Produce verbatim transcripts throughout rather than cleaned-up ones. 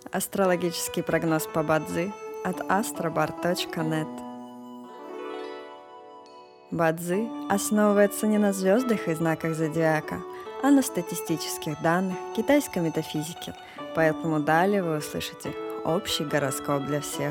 Астрологический прогноз по Бадзи от астробар точка нет. Бадзи основывается не на звездах и знаках зодиака, а на статистических данных китайской метафизики, поэтому далее вы услышите общий гороскоп для всех.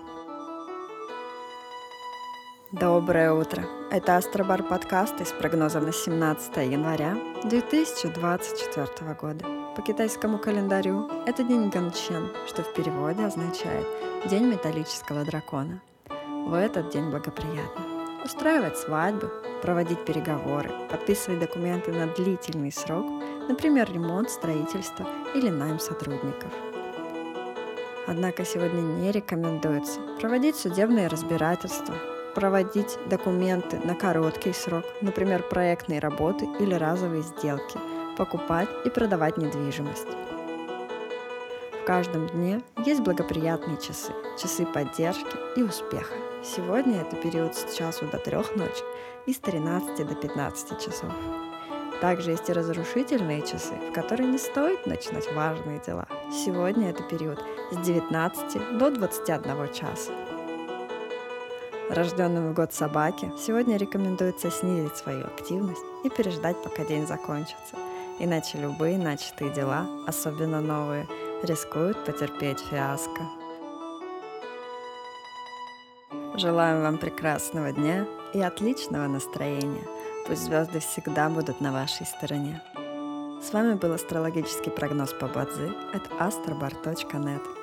Доброе утро! Это Астробар подкасты с прогнозом на семнадцатое января две тысячи двадцать четвёртого года. По китайскому календарю это день Ганчен, что в переводе означает «день металлического дракона». В этот день благоприятно устраивать свадьбы, проводить переговоры, подписывать документы на длительный срок, например, ремонт, строительство или найм сотрудников. Однако сегодня не рекомендуется проводить судебные разбирательства, проводить документы на короткий срок, например, проектные работы или разовые сделки, покупать и продавать недвижимость. В каждом дне есть благоприятные часы, часы поддержки и успеха. Сегодня это период с часу до трех ночи и с тринадцати до пятнадцати часов. Также есть и разрушительные часы, в которые не стоит начинать важные дела. Сегодня это период с девятнадцати до двадцати одного часа. Рожденным в год собаки сегодня рекомендуется снизить свою активность и переждать, пока день закончится. Иначе любые начатые дела, особенно новые, рискуют потерпеть фиаско. Желаем вам прекрасного дня и отличного настроения. Пусть звезды всегда будут на вашей стороне. С вами был астрологический прогноз по Бадзи от астробар точка нет.